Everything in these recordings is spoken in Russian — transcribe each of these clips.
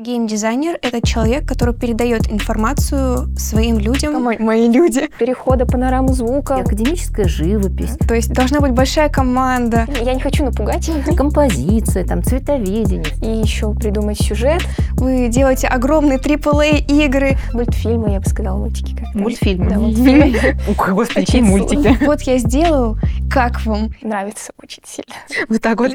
Геймдизайнер — это человек, который передает информацию своим людям. Мои люди. Перехода, панорамы звука. Академическая живопись. То есть должна быть большая команда. Я не хочу напугать. Композиция, цветоведение. И еще придумать сюжет. Вы делаете огромные AAA-игры. Мультфильмы, я бы сказала, мультики. Мультфильмы. Да, мультфильмы. Ой, господи, какие мультики. Вот я сделаю. Как вам? Нравится очень сильно. Вот так вот.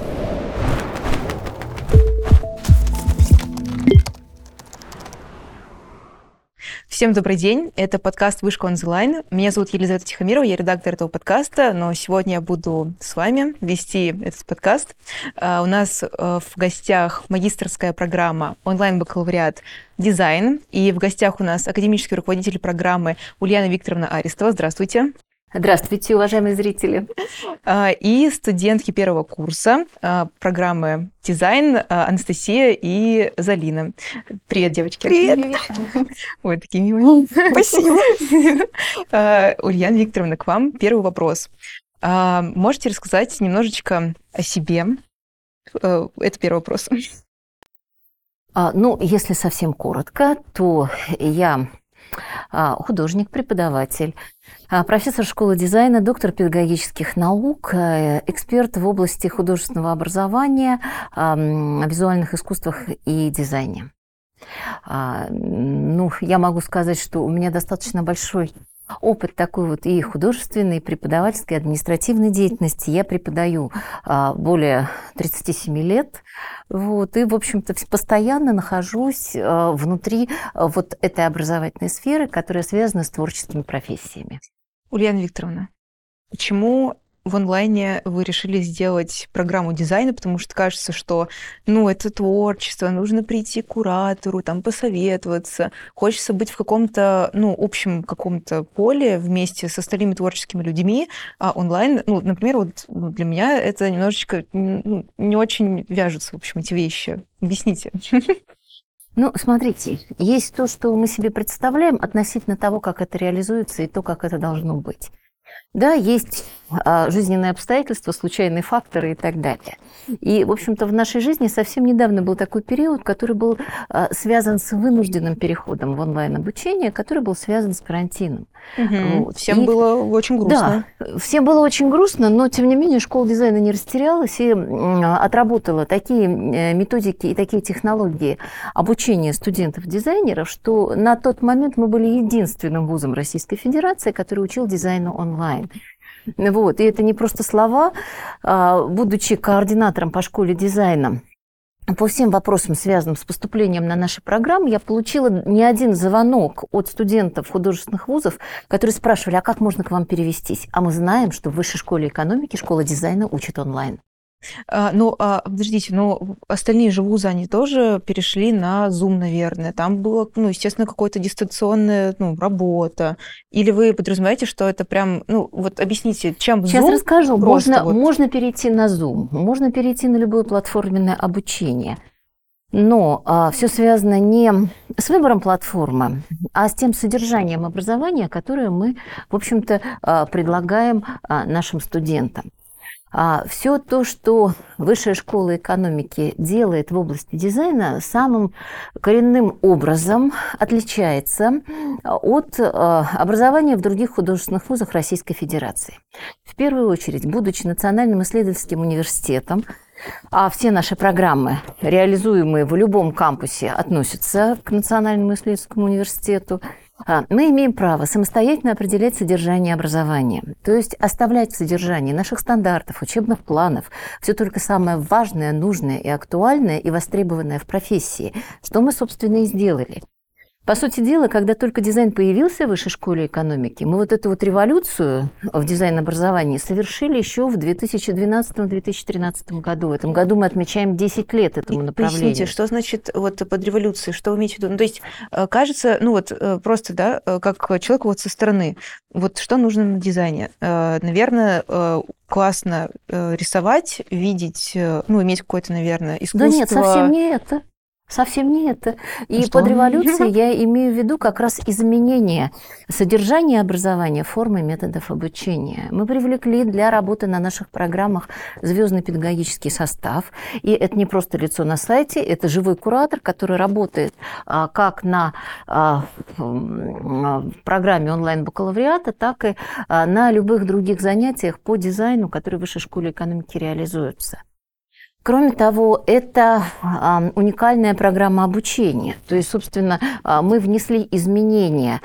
Всем добрый день, это подкаст «Вышка онлайн». Меня зовут Елизавета Тихомирова, я редактор этого подкаста, но сегодня я буду с вами вести этот подкаст. У нас в гостях магистерская программа онлайн-бакалавриат «Дизайн», и в гостях у нас академический руководитель программы Ульяна Викторовна Аристова. Здравствуйте. Здравствуйте, уважаемые зрители. И студентки первого курса программы «Дизайн» Анастасия и Залина. Привет, девочки. Привет. Ой, такие милые. Спасибо. Ульяна Викторовна, к вам первый вопрос. Можете рассказать немножечко о себе? Это первый вопрос. Если совсем коротко, то я художник, преподаватель, профессор школы дизайна, доктор педагогических наук, эксперт в области художественного образования, визуальных искусствах и дизайне. Я могу сказать, что у меня достаточно большой опыт такой вот и художественной, и преподавательской, и административной деятельности. Я преподаю более 37 лет. И, в общем-то, постоянно нахожусь внутри вот этой образовательной сферы, которая связана с творческими профессиями. Ульяна Викторовна, почему в онлайне вы решили сделать программу дизайна? Потому что кажется, что это творчество, нужно прийти к куратору, посоветоваться. Хочется быть в каком-то, общем каком-то поле вместе с остальными творческими людьми. А онлайн, например, для меня это немножечко не очень вяжутся, в общем, эти вещи. Объясните. Смотрите, есть то, что мы себе представляем относительно того, как это реализуется, и то, как это должно быть. Да, есть жизненные обстоятельства, случайные факторы и так далее. И, в общем-то, в нашей жизни совсем недавно был такой период, который был связан с вынужденным переходом в онлайн-обучение, который был связан с карантином. Угу. Всем было очень грустно. Да, всем было очень грустно, но, тем не менее, школа дизайна не растерялась и отработала такие методики и такие технологии обучения студентов-дизайнеров, что на тот момент мы были единственным вузом Российской Федерации, который учил дизайну онлайн. И это не просто слова. Будучи координатором по школе дизайна, по всем вопросам, связанным с поступлением на наши программы, я получила не один звонок от студентов художественных вузов, которые спрашивали, а как можно к вам перевестись? А мы знаем, что в Высшей школе экономики школа дизайна учит онлайн. Подождите, остальные же вузы, они тоже перешли на Zoom, наверное. Там было, естественно, какая-то дистанционная, работа. Или вы подразумеваете, что это прям, объясните, чем Zoom? Сейчас расскажу. Можно перейти на Zoom, можно перейти на любое платформенное обучение. Но все связано не с выбором платформы, а с тем содержанием образования, которое мы, в общем-то, предлагаем нашим студентам. Все то, что Высшая школа экономики делает в области дизайна, самым коренным образом отличается от образования в других художественных вузах Российской Федерации. В первую очередь, будучи Национальным исследовательским университетом, а все наши программы, реализуемые в любом кампусе, относятся к Национальному исследовательскому университету, мы имеем право самостоятельно определять содержание образования, то есть оставлять в содержании наших стандартов, учебных планов все только самое важное, нужное и актуальное и востребованное в профессии, что мы, собственно, и сделали. По сути дела, когда только дизайн появился в Высшей школе экономики, мы эту революцию в дизайн-образовании совершили еще в 2012-2013 году. В этом году мы отмечаем 10 лет этому направлению. Поясните, что значит под революцией, что вы имеете в виду? То есть, кажется, просто, как человеку со стороны, что нужно на дизайне? Наверное, классно рисовать, видеть, иметь какое-то, наверное, искусство. Да нет, совсем не это. Совсем не это. И Что? под революцией я имею в виду как раз изменение содержания образования, формы, методов обучения. Мы привлекли для работы на наших программах звездный педагогический состав. И это не просто лицо на сайте, это живой куратор, который работает как на программе онлайн-бакалавриата, так и на любых других занятиях по дизайну, которые в Высшей школе экономики реализуются. Кроме того, это уникальная программа обучения. То есть, собственно, мы внесли изменения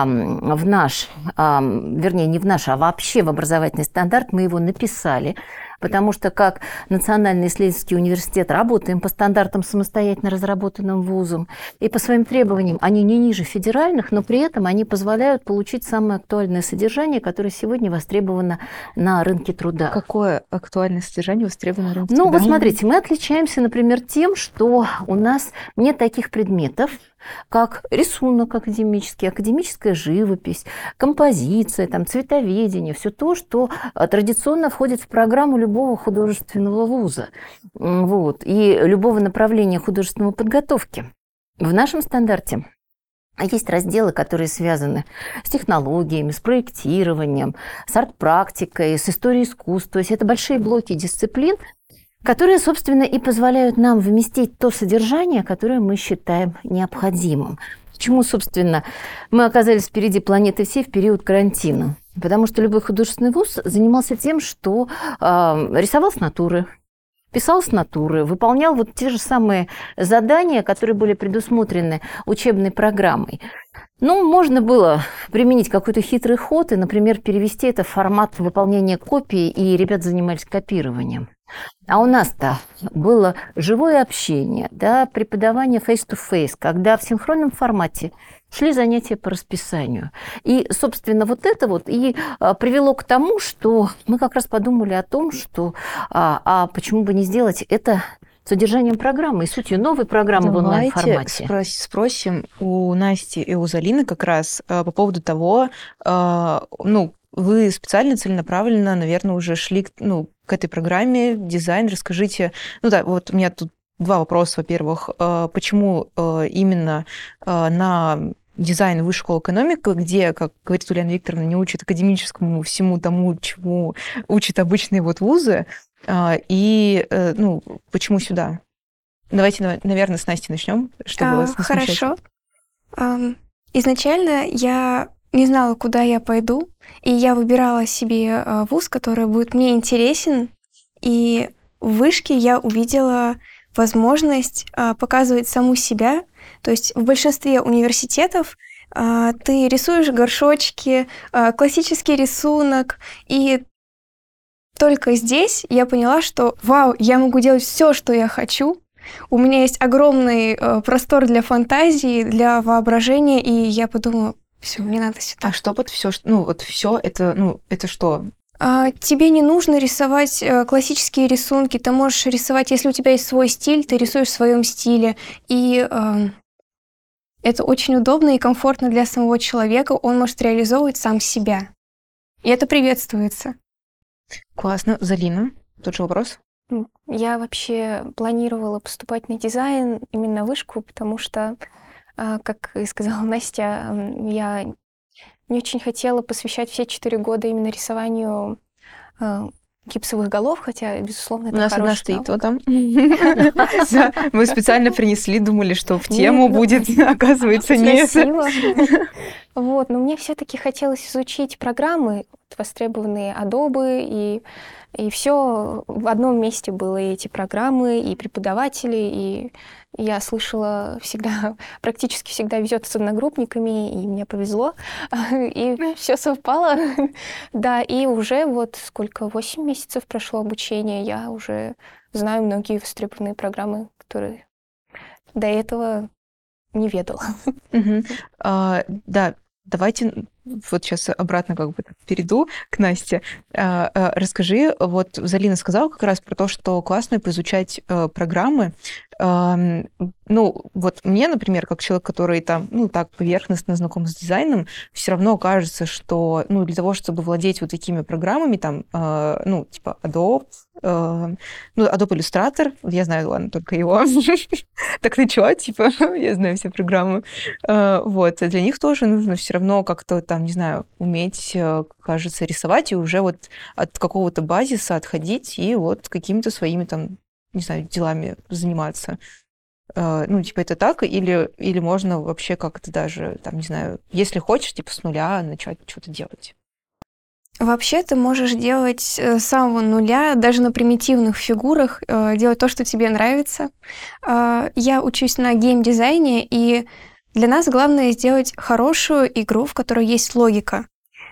в наш, вернее, не в наш, а вообще в образовательный стандарт. Мы его написали, потому что как Национальный исследовательский университет работаем по стандартам, самостоятельно разработанным вузом, и по своим требованиям они не ниже федеральных, но при этом они позволяют получить самое актуальное содержание, которое сегодня востребовано на рынке труда. Какое актуальное содержание востребовано на рынке Ну, труда? вот смотрите, мы отличаемся, например, тем, что у нас нет таких предметов, как рисунок академический, академическая живопись, композиция, там, цветоведение, все то, что традиционно входит в программу любого художественного вуза, вот, и любого направления художественной подготовки. В нашем стандарте есть разделы, которые связаны с технологиями, с проектированием, с арт-практикой, с историей искусства. То есть это большие блоки дисциплин, которые, собственно, и позволяют нам вместить то содержание, которое мы считаем необходимым. Почему, собственно, мы оказались впереди планеты всей в период карантина? Потому что любой художественный вуз занимался тем, что рисовал с натуры, писал с натуры, выполнял вот те же самые задания, которые были предусмотрены учебной программой. Ну, можно было применить какой-то хитрый ход и, например, перевести это в формат выполнения копии, и ребята занимались копированием. А у нас-то было живое общение, да, преподавание face-to-face, когда в синхронном формате шли занятия по расписанию. И, собственно, вот это вот и привело к тому, что мы как раз подумали о том, что почему бы не сделать это содержанием программы и сутью новой программы в онлайн-формате. Давайте спросим у Насти и у Залины как раз по поводу того, ну, вы специально, целенаправленно, наверное, уже шли к этой программе дизайн. Расскажите, ну да, вот у меня тут два вопроса. Во-первых, почему именно на дизайн Высшей школы экономики, где, как говорит Ульяна Викторовна, не учат академическому всему тому, чему учат обычные вот вузы, и ну, почему сюда? Давайте, наверное, с Настей начнем, чтобы вас не смущать. Хорошо. Изначально я не знала, куда я пойду, и я выбирала себе вуз, который будет мне интересен, и в вышке я увидела возможность показывать саму себя. То есть в большинстве университетов ты рисуешь горшочки, классический рисунок, и только здесь я поняла, что вау, я могу делать все, что я хочу. У меня есть огромный простор для фантазии, для воображения, и я подумала, все, мне надо сюда. А что под все? Ну, вот все это, ну, это что? Тебе не нужно рисовать классические рисунки. Ты можешь рисовать, если у тебя есть свой стиль, ты рисуешь в своем стиле. И это очень удобно и комфортно для самого человека. Он может реализовывать сам себя. И это приветствуется. Классно. Залина, тот же вопрос? Я вообще планировала поступать на дизайн именно в вышку, потому что, как и сказала Настя, я не очень хотела посвящать все 4 года именно рисованию гипсовых голов, хотя, безусловно, это У нас одна хороший стоит, навык. вот там. Да, мы специально принесли, думали, что в тему будет, оказывается, нет. Красиво. Вот, но мне все-таки хотелось изучить программы, востребованные Adobe, и все в одном месте было, и эти программы, и преподаватели, и я слышала всегда, практически всегда везет с одногруппниками, и мне повезло, и все совпало. Да, и уже вот сколько, 8 месяцев прошло обучение, я уже знаю многие востребованные программы, которые до этого не ведала. Да, давайте вот сейчас обратно как бы перейду к Насте. Расскажи, вот Залина сказала как раз про то, что классно поизучать программы. Ну, вот мне, например, как человек, который там, ну, так поверхностно знаком с дизайном, все равно кажется, что, ну, для того, чтобы владеть вот такими программами, там, ну, типа Adobe, ну, Adobe Illustrator, я знаю, ладно, только его. Так ты чё, типа, я знаю все программы. Вот, для них тоже нужно все равно как-то там, не знаю, уметь, кажется, рисовать и уже вот от какого-то базиса отходить и вот какими-то своими там, не знаю, делами заниматься. Ну, типа, это так? Или можно вообще как-то даже, там, не знаю, если хочешь, типа, с нуля начать что-то делать? Вообще ты можешь делать с самого нуля, даже на примитивных фигурах, делать то, что тебе нравится. Я учусь на геймдизайне, и для нас главное сделать хорошую игру, в которой есть логика.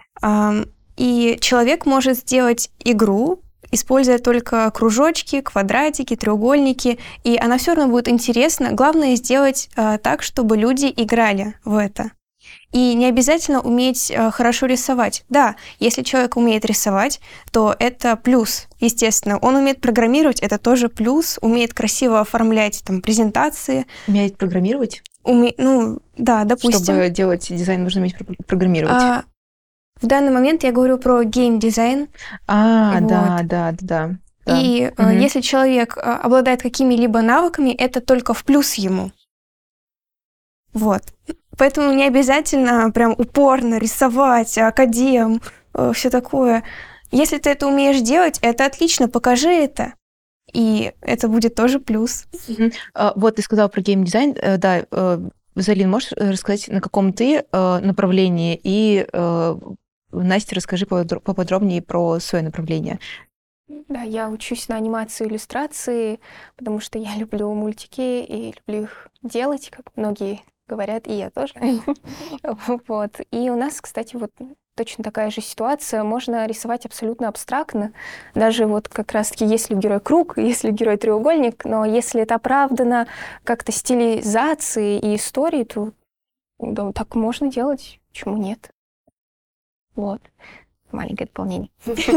И человек может сделать игру, используя только кружочки, квадратики, треугольники, и она все равно будет интересна. Главное сделать так, чтобы люди играли в это. И не обязательно уметь хорошо рисовать. Да, если человек умеет рисовать, то это плюс, естественно. Он умеет программировать, это тоже плюс. Умеет красиво оформлять там презентации. Умеет программировать? Ну, да, допустим. Чтобы делать дизайн, нужно уметь программировать. В данный момент я говорю про геймдизайн. Вот. Да. И если человек обладает какими-либо навыками, это только в плюс ему. Вот. Поэтому не обязательно прям упорно рисовать, академ, все такое. Если ты это умеешь делать, это отлично, покажи это. И это будет тоже плюс. Вот ты сказала про геймдизайн. Да, Залин, можешь рассказать, на каком ты направлении? И, Настя, расскажи поподробнее про свое направление. Да, я учусь на анимации и иллюстрации, потому что я люблю мультики и люблю их делать, как многие говорят, и я тоже. Вот. И у нас, кстати, вот точно такая же ситуация. Можно рисовать абсолютно абстрактно. Даже вот как раз-таки, если у героя круг, если у героя треугольник, но если это оправдано как-то стилизацией и историей, то да, так можно делать. Почему нет? Вот. Маленькое дополнение.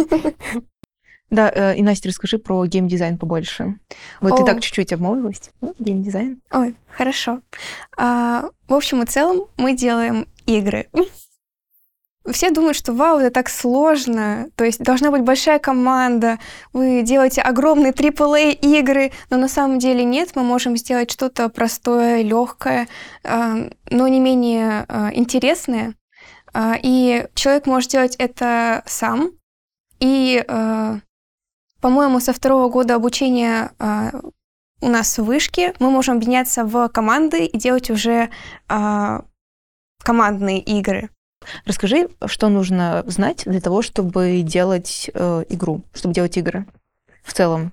Да, и, Настя, расскажи про геймдизайн побольше. Вот ты так чуть-чуть обмолвилась. Геймдизайн. Ой, хорошо. В общем и целом мы делаем игры. Все думают, что вау, это так сложно, то есть должна быть большая команда, вы делаете огромные AAA игры, но на самом деле нет, мы можем сделать что-то простое, легкое, но не менее интересное. И человек может делать это сам. И, по-моему, со 2-го года обучения у нас в вышке мы можем объединяться в команды и делать уже командные игры. Расскажи, что нужно знать для того, чтобы делать игру, чтобы делать игры в целом.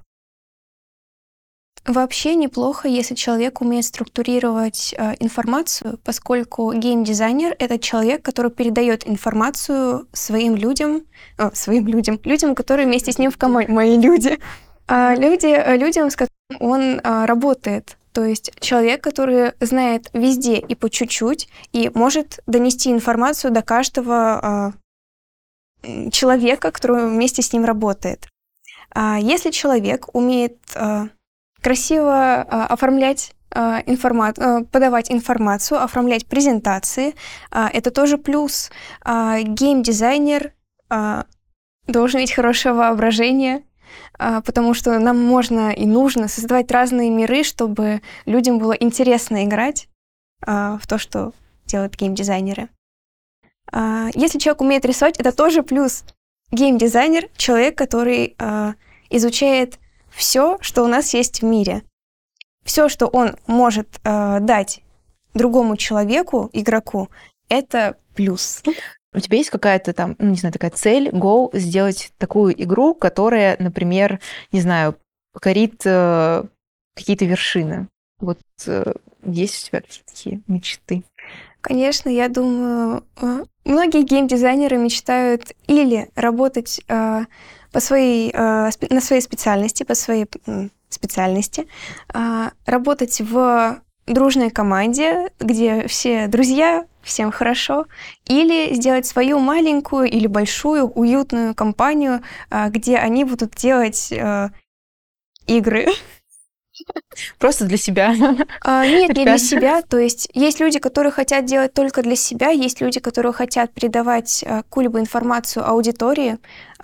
Вообще неплохо, если человек умеет структурировать информацию, поскольку геймдизайнер — это человек, который передает информацию своим людям, людям, которые вместе с ним в команде, мои люди, людям, с которыми он работает. То есть человек, который знает везде и по чуть-чуть, и может донести информацию до каждого человека, который вместе с ним работает. Если человек умеет красиво оформлять подавать информацию, оформлять презентации, это тоже плюс. Геймдизайнер должен иметь хорошее воображение, потому что нам можно и нужно создавать разные миры, чтобы людям было интересно играть в то, что делают геймдизайнеры. Если человек умеет рисовать, это тоже плюс. Геймдизайнер — человек, который изучает все, что у нас есть в мире. Все, что он может дать другому человеку, игроку, это плюс. У тебя есть какая-то там, не знаю, такая цель, goal, сделать такую игру, которая, например, не знаю, покорит какие-то вершины? Вот есть у тебя такие мечты? Конечно, я думаю, многие геймдизайнеры мечтают или работать на своей специальности, работать в дружной команде, где все друзья, всем хорошо, или сделать свою маленькую или большую уютную компанию, где они будут делать игры. Просто для себя. Нет, не для Ребят. себя. То есть есть люди, которые хотят делать только для себя, есть люди, которые хотят передавать какую-либо информацию аудитории.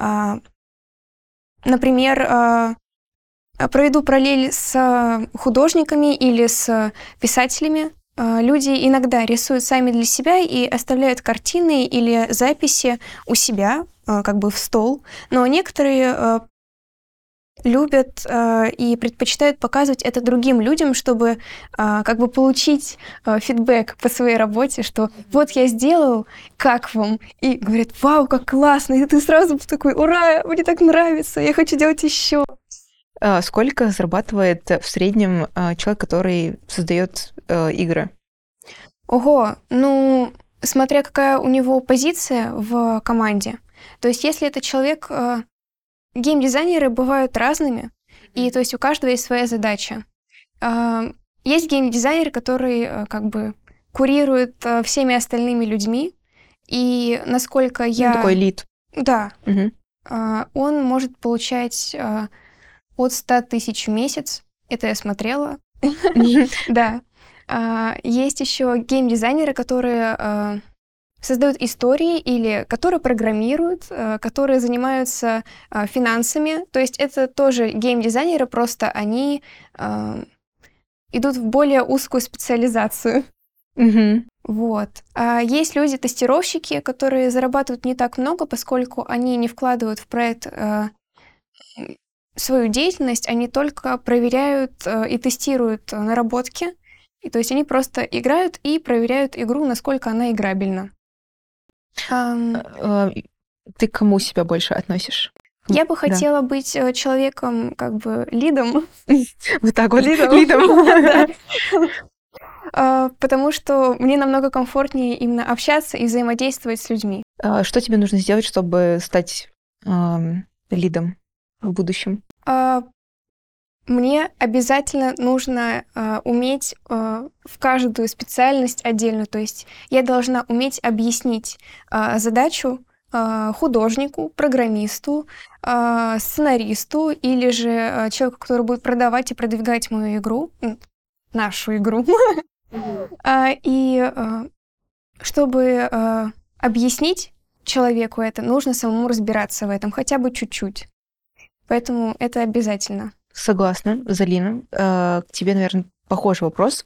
Например, проведу параллель с художниками или с писателями. Люди иногда рисуют сами для себя и оставляют картины или записи у себя, как бы в стол, но некоторые любят и предпочитают показывать это другим людям, чтобы как бы получить фидбэк по своей работе, что вот я сделал, как вам? И говорят, вау, как классно! И ты сразу такой, ура, мне так нравится, я хочу делать еще. Сколько зарабатывает в среднем человек, который создает игры? Ого, ну, смотря какая у него позиция в команде. То есть если это человек... Геймдизайнеры бывают разными, и то есть у каждого есть своя задача. Есть геймдизайнер, который как бы курирует всеми остальными людьми, и насколько я... Такой лид. Да. Мгм. Он может получать от 100 тысяч в месяц. Это я смотрела. Да. Есть еще геймдизайнеры, которые создают истории или которые программируют, которые занимаются финансами. То есть это тоже геймдизайнеры, просто они идут в более узкую специализацию. Мгм. Вот. А есть люди-тестировщики, которые зарабатывают не так много, поскольку они не вкладывают в проект свою деятельность, они только проверяют и тестируют наработки. И то есть они просто играют и проверяют игру, насколько она играбельна. Ты к кому себя больше относишь? Я бы Да. хотела быть человеком, как бы лидом, Вот так вот. Лидом. Лидом. потому что мне намного комфортнее именно общаться и взаимодействовать с людьми. Что тебе нужно сделать, чтобы стать лидом в будущем? Мне обязательно нужно уметь в каждую специальность отдельно. То есть я должна уметь объяснить задачу художнику, программисту, сценаристу или же человеку, который будет продавать и продвигать мою игру, нашу игру. И чтобы объяснить человеку это, нужно самому разбираться в этом, хотя бы чуть-чуть. Поэтому это обязательно. Согласна, Залина. К тебе, наверное, похожий вопрос.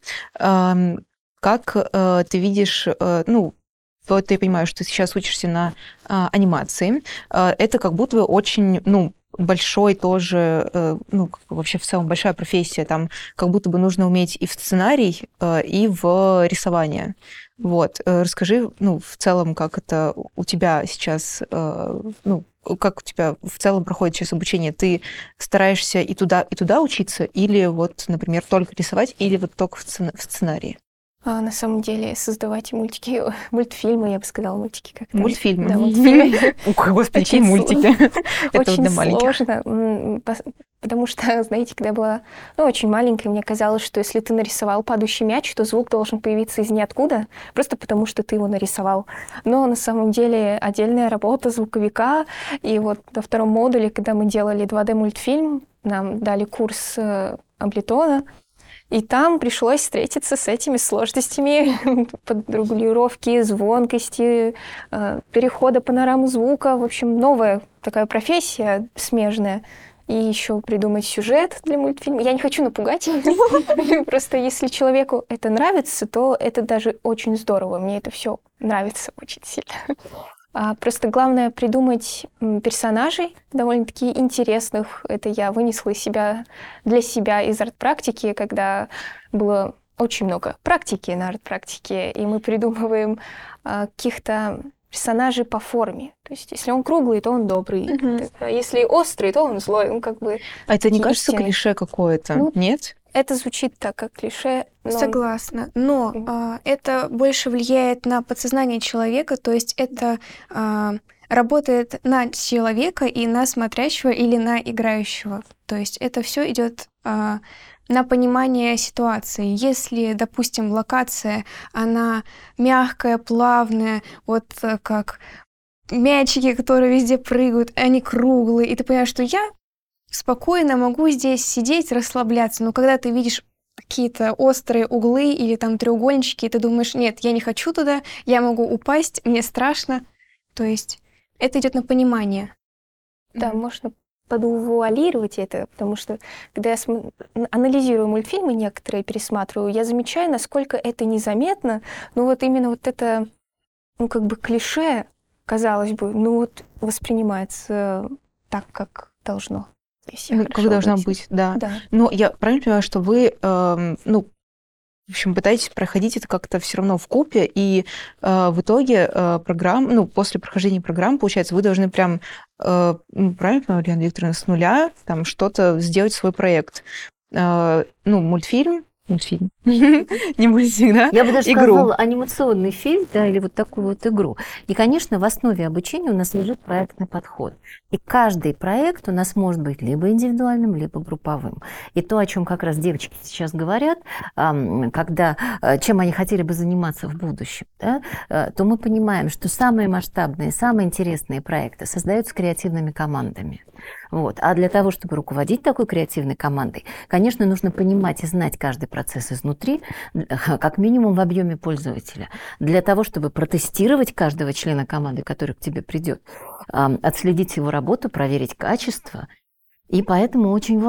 Как ты видишь, ну, вот я понимаю, что ты сейчас учишься на анимации. Это как будто бы очень, ну, большой тоже, ну, вообще в целом большая профессия. Там как будто бы нужно уметь и в сценарий, и в рисование. Вот. Расскажи, ну, в целом, как это у тебя сейчас, ну, как у тебя в целом проходит сейчас обучение? Ты стараешься и туда учиться? Или вот, например, только рисовать, или вот только в сценарии? На самом деле создавать мультики, мультфильмы, я бы сказала, мультики как-то. Мультфильмы? Да, мультфильмы. Господи, какие Очень мультики. Это вот Очень для маленьких. сложно, потому что, знаете, когда я была очень маленькой, мне казалось, что если ты нарисовал падающий мяч, то звук должен появиться из ниоткуда, просто потому что ты его нарисовал. Но на самом деле отдельная работа звуковика, и вот на втором модуле, когда мы делали 2D-мультфильм, нам дали курс Абleton, и там пришлось встретиться с этими сложностями подрегулировки, звонкости, перехода панорамы звука. В общем, новая такая профессия смежная. И еще придумать сюжет для мультфильма. Я не хочу напугать. Просто если человеку это нравится, то это даже очень здорово. Мне это все нравится очень сильно. Просто главное придумать персонажей довольно-таки интересных. Это я вынесла для себя из арт-практики, когда было очень много практики на арт-практике, и мы придумываем каких-то персонажей по форме. То есть если он круглый, то он добрый. А если острый, то он злой. Он как бы... А это не такие кажется истины. клише какое-то? Ну, Нет? Это звучит так, как клише. Но... Согласна. Но это больше влияет на подсознание человека, то есть это работает на человека и на смотрящего или на играющего. То есть это все идет на понимание ситуации. Если, допустим, локация, она мягкая, плавная, вот как мячики, которые везде прыгают, они круглые, и ты понимаешь, что я спокойно могу здесь сидеть, расслабляться. Но когда ты видишь какие-то острые углы или там треугольнички, и ты думаешь, нет, я не хочу туда, я могу упасть, мне страшно. То есть это идет на понимание. Да, можно подувуалировать это, потому что когда я анализирую мультфильмы некоторые, пересматриваю, я замечаю, насколько это незаметно, но вот именно вот это, ну, как бы клише, казалось бы, ну, вот воспринимается так, как должно. Как должна быть, да. Да. Но я правильно понимаю, что вы, в общем, пытаетесь проходить это как-то все равно вкупе, и в итоге после прохождения программ, получается, вы должны прям, правильно понимаю, Лена Викторовна, с нуля там что-то сделать, свой проект. Мультфильм, не мультик, да? Я бы даже игру. сказала анимационный фильм, да, или вот такую вот игру. И, конечно, в основе обучения у нас лежит проектный подход. И каждый проект у нас может быть либо индивидуальным, либо групповым. И то, о чем как раз девочки сейчас говорят, чем они хотели бы заниматься в будущем, да, то мы понимаем, что самые масштабные, самые интересные проекты создаются креативными командами. Вот. А для того, чтобы руководить такой креативной командой, конечно, нужно понимать и знать каждый процесс изнутри, как минимум в объеме пользователя. Для того, чтобы протестировать каждого члена команды, который к тебе придет, отследить его работу, проверить качество. И поэтому очень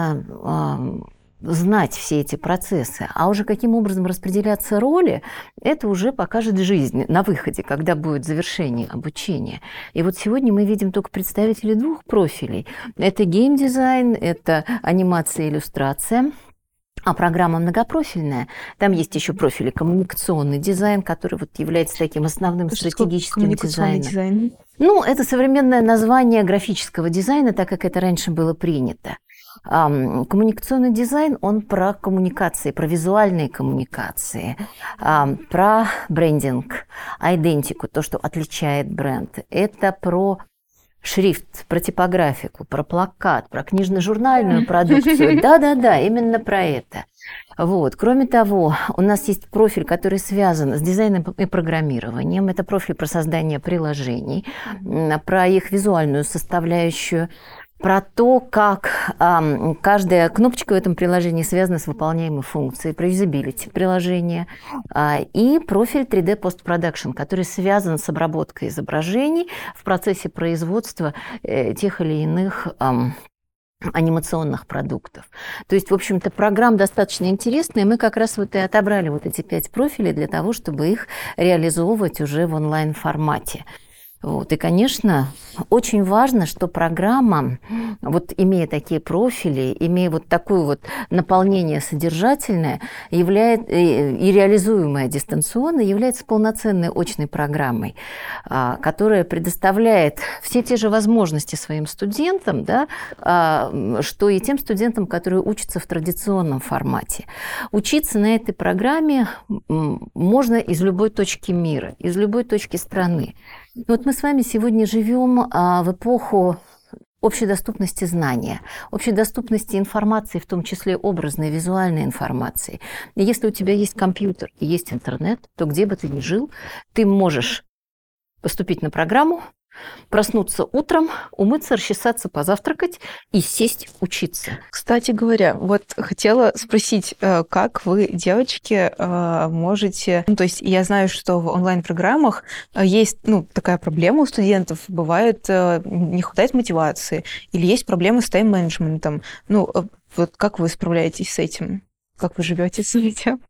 важно знать все эти процессы. А уже каким образом распределяться роли, это уже покажет жизнь на выходе, когда будет завершение обучения. И вот сегодня мы видим только представителей двух профилей. Это геймдизайн, это анимация и иллюстрация. А программа многопрофильная. Там есть еще профили коммуникационный дизайн, который вот является таким основным стратегическим дизайном. Ну, это современное название графического дизайна, так как это раньше было принято. Коммуникационный дизайн, он про коммуникации, про визуальные коммуникации, про брендинг, идентику, то, что отличает бренд. Это про шрифт, про типографику, про плакат, про книжно-журнальную продукцию. Да-да-да, именно про это. Вот. Кроме того, у нас есть профиль, который связан с дизайном и программированием. Это профиль про создание приложений, про их визуальную составляющую, про то, как каждая кнопочка в этом приложении связана с выполняемой функцией, про юзабилити приложения, и профиль 3D Post-Production, который связан с обработкой изображений в процессе производства тех или иных анимационных продуктов. То есть, в общем-то, программа достаточно интересная, и мы как раз вот и отобрали вот эти 5 профилей для того, чтобы их реализовывать уже в онлайн-формате. Вот. И, конечно, очень важно, что программа, вот имея такие профили, имея вот такое вот наполнение содержательное и реализуемое дистанционно, является полноценной очной программой, которая предоставляет все те же возможности своим студентам, да, что и тем студентам, которые учатся в традиционном формате. Учиться на этой программе можно из любой точки мира, из любой точки страны. Вот мы с вами сегодня живем в эпоху общедоступности знания, общедоступности информации, в том числе образной, визуальной информации. И если у тебя есть компьютер и есть интернет, то где бы ты ни жил, ты можешь поступить на программу, проснуться утром, умыться, расчесаться, позавтракать и сесть учиться. Кстати говоря, вот хотела спросить, как вы, девочки, можете... Ну, то есть я знаю, что в онлайн-программах есть такая проблема у студентов. Бывает, не хватает мотивации, или есть проблемы с тайм-менеджментом. Вот как вы справляетесь с этим? Как вы живете с этим?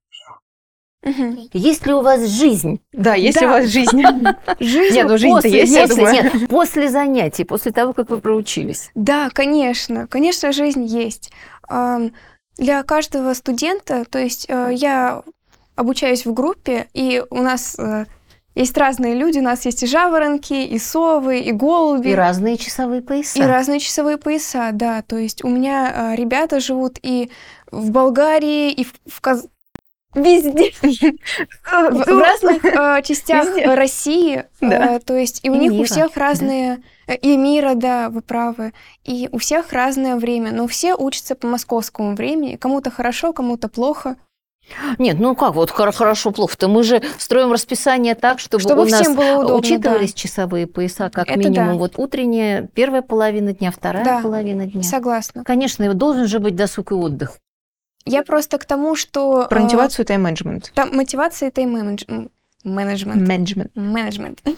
Есть ли у вас жизнь? Да, есть ли у вас жизнь? Жизнь? Нет, жизнь-то есть, я думаю. Нет, после занятий, после того, как вы проучились. Да, конечно. Конечно, жизнь есть. Для каждого студента, то есть я обучаюсь в группе, и у нас есть разные люди, у нас есть и жаворонки, и совы, и голуби. И разные часовые пояса. И разные часовые пояса, да. То есть у меня ребята живут и в Болгарии, и в Везде. В разных частях Везде. России, Да. то есть и у И них у мира, всех да. разные... И мира, да, вы правы. И у всех разное время, но все учатся по московскому времени. Кому-то хорошо, кому-то плохо. Нет, ну как вот хорошо, плохо-то? Мы же строим расписание так, чтобы Чтобы у нас всем было удобно, учитывались часовые пояса, как Это минимум да. вот утренняя, первая половина дня, вторая Да. половина дня. Согласна. Конечно, и должен же быть досуг и отдых. Я просто к тому, что... Про мотивацию и тайм-менеджмент. Там мотивация и тайм-менеджмент. Менеджмент.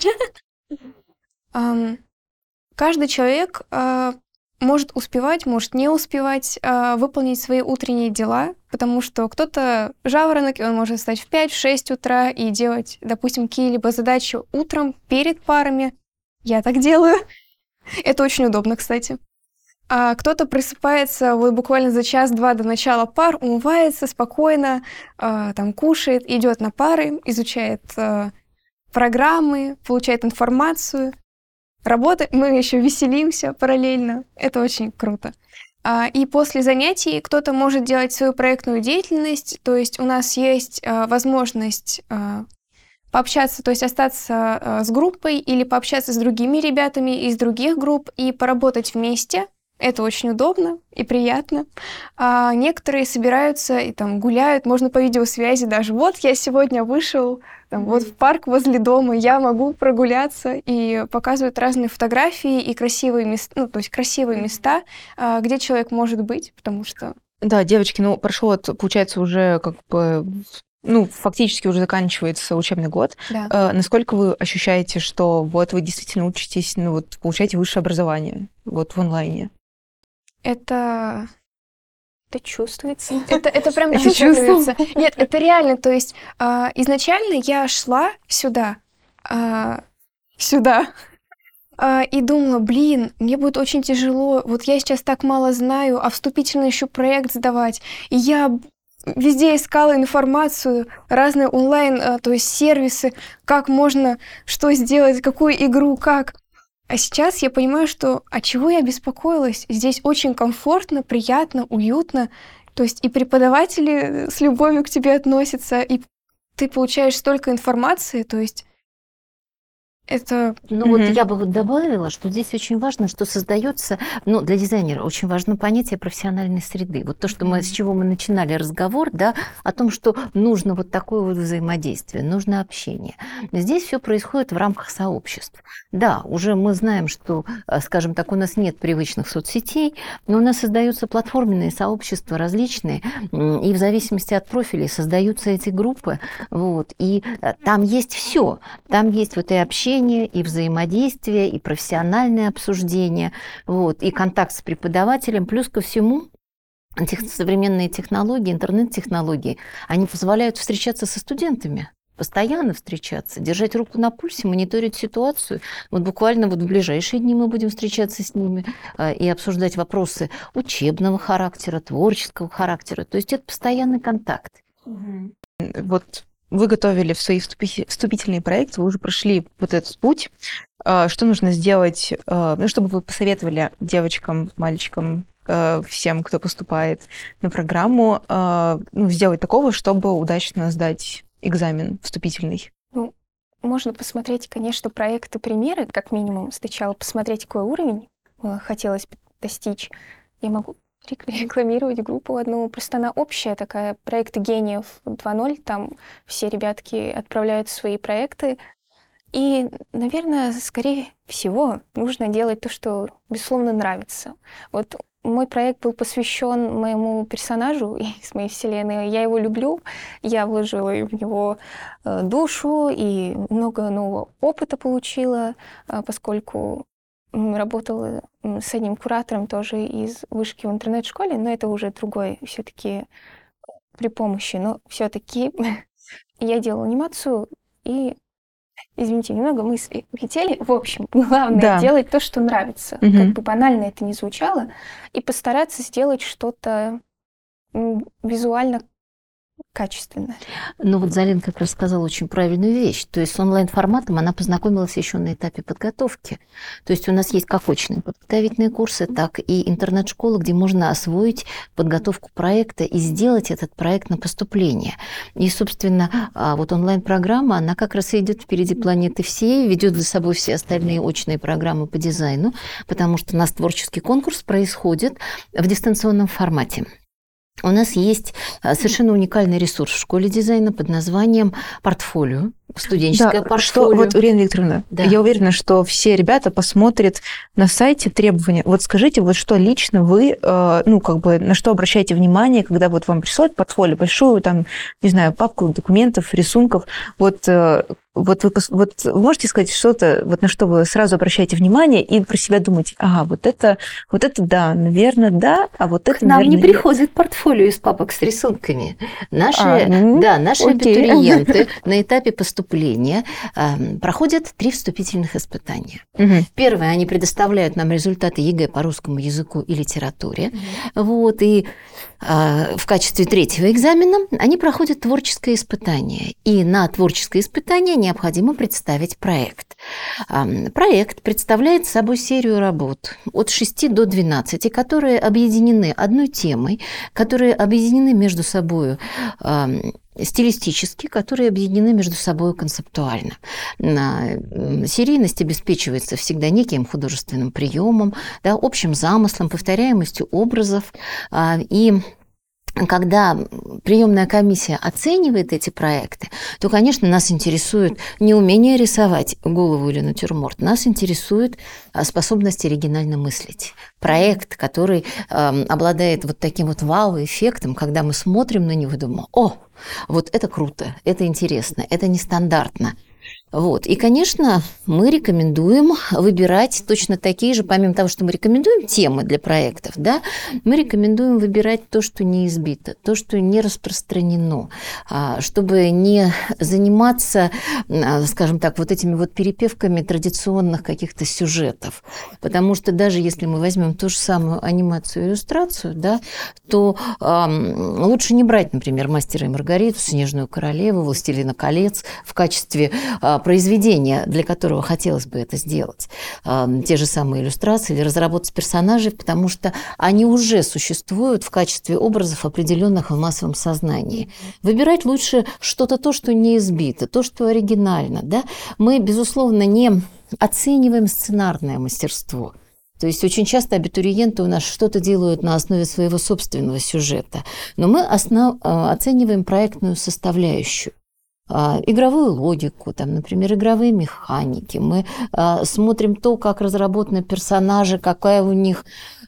Каждый человек может успевать, может не успевать выполнить свои утренние дела, потому что кто-то жаворонок, и он может встать в 5-6 утра и делать, допустим, какие-либо задачи утром перед парами. Я так делаю. Это очень удобно, кстати. А кто-то просыпается вот буквально за час-два до начала пар, умывается спокойно, там кушает, идет на пары, изучает программы, получает информацию. Работает, мы еще веселимся параллельно. Это очень круто. И после занятий кто-то может делать свою проектную деятельность, то есть у нас есть возможность пообщаться, то есть остаться с группой или пообщаться с другими ребятами из других групп и поработать вместе. Это очень удобно и приятно. Некоторые собираются и там гуляют, можно по видеосвязи даже. Вот я сегодня вышел там, вот в парк возле дома, я могу прогуляться, и показывают разные фотографии и красивые места, ну, то есть красивые места, где человек может быть, потому что... Да, девочки, ну, прошел, получается, уже как бы, ну, фактически уже заканчивается учебный год. Да. Насколько вы ощущаете, что вот вы действительно учитесь, ну, вот получаете высшее образование вот в онлайне? Это чувствуется. Это прям Это чувствуется. Нет, это реально. То есть изначально я шла сюда, и думала, блин, мне будет очень тяжело. Вот я сейчас так мало знаю, а вступительный еще проект сдавать. И я везде искала информацию, разные онлайн, то есть сервисы, как можно что сделать, какую игру, как. А сейчас я понимаю, что чего я беспокоилась? Здесь очень комфортно, приятно, уютно. То есть и преподаватели с любовью к тебе относятся, и ты получаешь столько информации, то есть это... Ну вот я бы вот добавила, что здесь очень важно, что создается, ну для дизайнера очень важно понятие профессиональной среды. Вот то, что мы, с чего мы начинали разговор, да, о том, что нужно вот такое вот взаимодействие, нужно общение. Здесь все происходит в рамках сообществ. Да, уже мы знаем, что, скажем так, у нас нет привычных соцсетей, но у нас создаются платформенные сообщества различные, и в зависимости от профилей создаются эти группы, вот, и там есть все, там есть вот и общение, и взаимодействие, и профессиональное обсуждение, вот, и контакт с преподавателем. Плюс ко всему, современные технологии, интернет-технологии, они позволяют встречаться со студентами, постоянно встречаться, держать руку на пульсе, мониторить ситуацию. Вот буквально вот в ближайшие дни мы будем встречаться с ними и обсуждать вопросы учебного характера, творческого характера. То есть это постоянный контакт. Вот вы готовили в свои вступительные проекты, вы уже прошли вот этот путь. Что нужно сделать, ну, чтобы вы посоветовали девочкам, мальчикам, всем, кто поступает на программу, ну, сделать такого, чтобы удачно сдать экзамен вступительный? Ну, можно посмотреть, конечно, проекты, примеры, как минимум. Сначала посмотреть, какой уровень хотелось бы достичь. Я могу рекламировать группу одну, просто она общая такая, проекты гениев 2.0, там все ребятки отправляют свои проекты. И, наверное, скорее всего, нужно делать то, что, безусловно, нравится. Вот мой проект был посвящен моему персонажу из моей вселенной. Я его люблю, я вложила в него душу и много нового опыта получила, поскольку работала с одним куратором тоже из вышки в интернет-школе, но это уже другой все-таки при помощи. Но все-таки я делала анимацию и, извините, немного мысли улетели. В общем, главное делать то, что нравится. Как бы банально это ни звучало, и постараться сделать что-то визуально качественно. Ну вот Залин как раз сказала очень правильную вещь. То есть с онлайн-форматом она познакомилась еще на этапе подготовки. То есть у нас есть как очные подготовительные курсы, так и интернет-школа, где можно освоить подготовку проекта и сделать этот проект на поступление. И, собственно, вот онлайн-программа, она как раз идет впереди планеты всей, ведет за собой все остальные очные программы по дизайну, потому что у нас творческий конкурс происходит в дистанционном формате. У нас есть совершенно уникальный ресурс в школе дизайна под названием «Портфолио», студенческое портфолио. Что, вот, Ирина Викторовна, Да. я уверена, что все ребята посмотрят на сайте требования. Вот скажите, вот что лично вы, на что обращаете внимание, когда вот вам присылают портфолио, большую, там, не знаю, папку документов, рисунков, вот вы можете сказать что-то, вот на что вы сразу обращаете внимание и про себя думаете, ага, вот это да, наверное, да, а вот это, К нам не наверное, приходит портфолио из папок с рисунками. Наши окей. абитуриенты на этапе поступления проходят 3 вступительных испытания. Мгм. Первое, они предоставляют нам результаты ЕГЭ по русскому языку и литературе. Вот, и в качестве 3-го экзамена они проходят творческое испытание. И на творческое испытание необходимо представить проект. Проект представляет собой серию работ от 6 до 12, которые объединены одной темой, которые объединены между собой стилистически, которые объединены между собой концептуально. Серийность обеспечивается всегда неким художественным приемом, да, общим замыслом, повторяемостью образов. И когда приемная комиссия оценивает эти проекты, то, конечно, нас интересует не умение рисовать голову или натюрморт, нас интересует способность оригинально мыслить. Проект, который обладает вот таким вот вау-эффектом, когда мы смотрим на него и думаем, о, вот это круто, это интересно, это нестандартно. Вот. И, конечно, мы рекомендуем выбирать точно такие же, помимо того, что мы рекомендуем темы для проектов, да, мы рекомендуем выбирать то, что не избито, то, что не распространено, чтобы не заниматься, скажем так, вот этими вот перепевками традиционных каких-то сюжетов. Потому что даже если мы возьмем ту же самую анимацию и иллюстрацию, да, то лучше не брать, например, «Мастера и Маргариту», «Снежную королеву», «Властелина колец» в качестве произведения, для которого хотелось бы это сделать. Те же самые иллюстрации или разработать персонажей, потому что они уже существуют в качестве образов, определенных в массовом сознании. Выбирать лучше что-то то, что не избито, то, что оригинально. Да? Мы, безусловно, не оцениваем сценарное мастерство. То есть очень часто абитуриенты у нас что-то делают на основе своего собственного сюжета, но мы оцениваем проектную составляющую. Игровую логику, там, например, игровые механики. Мы смотрим то, как разработаны персонажи, какое у них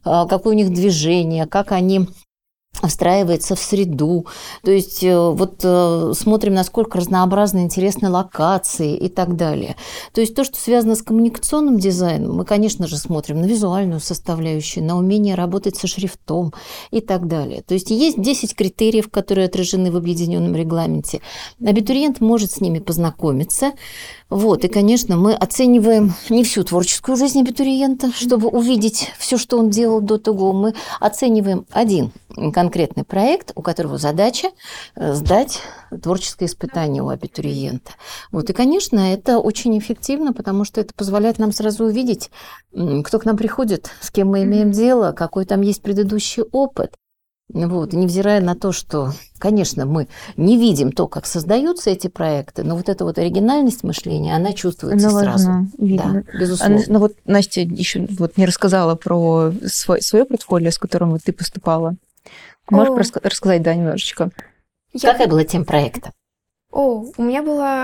движение, как они встраивается в среду. То есть вот смотрим, насколько разнообразны, интересны локации и так далее. То есть то, что связано с коммуникационным дизайном, мы, конечно же, смотрим на визуальную составляющую, на умение работать со шрифтом и так далее. То есть есть 10 критериев, которые отражены в объединенном регламенте. Абитуриент может с ними познакомиться. Вот, и, конечно, мы оцениваем не всю творческую жизнь абитуриента, чтобы увидеть все, что он делал до того. Мы оцениваем один конкретный проект, у которого задача сдать творческое испытание у абитуриента. Вот, и, конечно, это очень эффективно, потому что это позволяет нам сразу увидеть, кто к нам приходит, с кем мы имеем дело, какой там есть предыдущий опыт. Вот, и невзирая на то, что, конечно, мы не видим то, как создаются эти проекты, но вот эта вот оригинальность мышления, она чувствуется сразу. Да, безусловно. Ну вот Настя еще вот не рассказала про свое портфолио, с которым вот ты поступала. Можешь рассказать, да, немножечко? Какая была тема проекта? У меня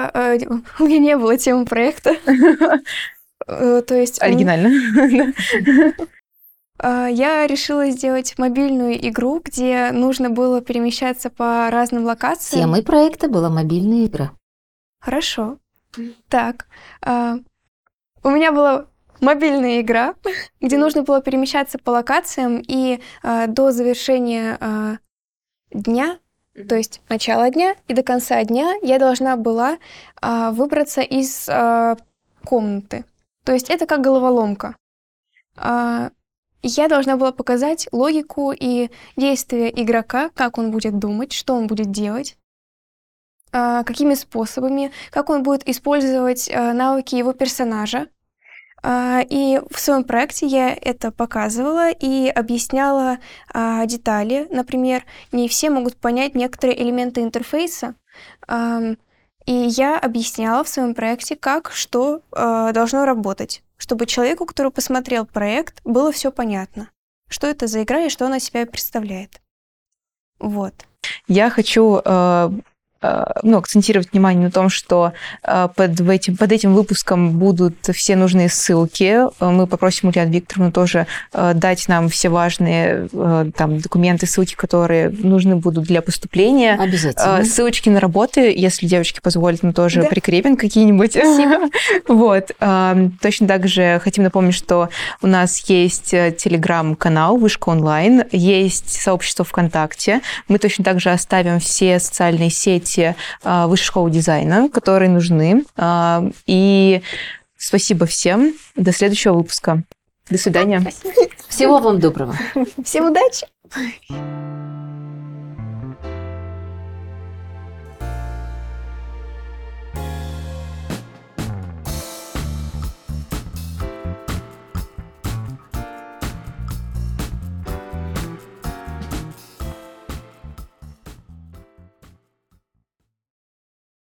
не было темы проекта. То есть оригинально. Я решила сделать мобильную игру, где нужно было перемещаться по разным локациям. Темой проекта была мобильная игра. Хорошо. Так, у меня была мобильная игра, где нужно было перемещаться по локациям, и до завершения дня, то есть начала дня и до конца дня, я должна была выбраться из комнаты. То есть это как головоломка. Я должна была показать логику и действия игрока, как он будет думать, что он будет делать, какими способами, как он будет использовать навыки его персонажа. И в своем проекте я это показывала и объясняла детали. Например, не все могут понять некоторые элементы интерфейса. И я объясняла в своем проекте, как что должно работать, чтобы человеку, который посмотрел проект, было все понятно, что это за игра и что она себя представляет. Вот. Я хочу акцентировать внимание на том, что под этим выпуском будут все нужные ссылки. Мы попросим Ульяну Викторовну тоже дать нам все важные документы, ссылки, которые нужны будут для поступления. Обязательно. Ссылочки на работы, если девочки позволят, мы тоже Да. прикрепим какие-нибудь. Спасибо. Вот. Точно так же хотим напомнить, что у нас есть телеграм-канал «Вышка онлайн», есть сообщество ВКонтакте. Мы точно так же оставим все социальные сети Высшей школы дизайна, которые нужны. И спасибо всем. До следующего выпуска. До свидания. Всего вам доброго. Всем удачи!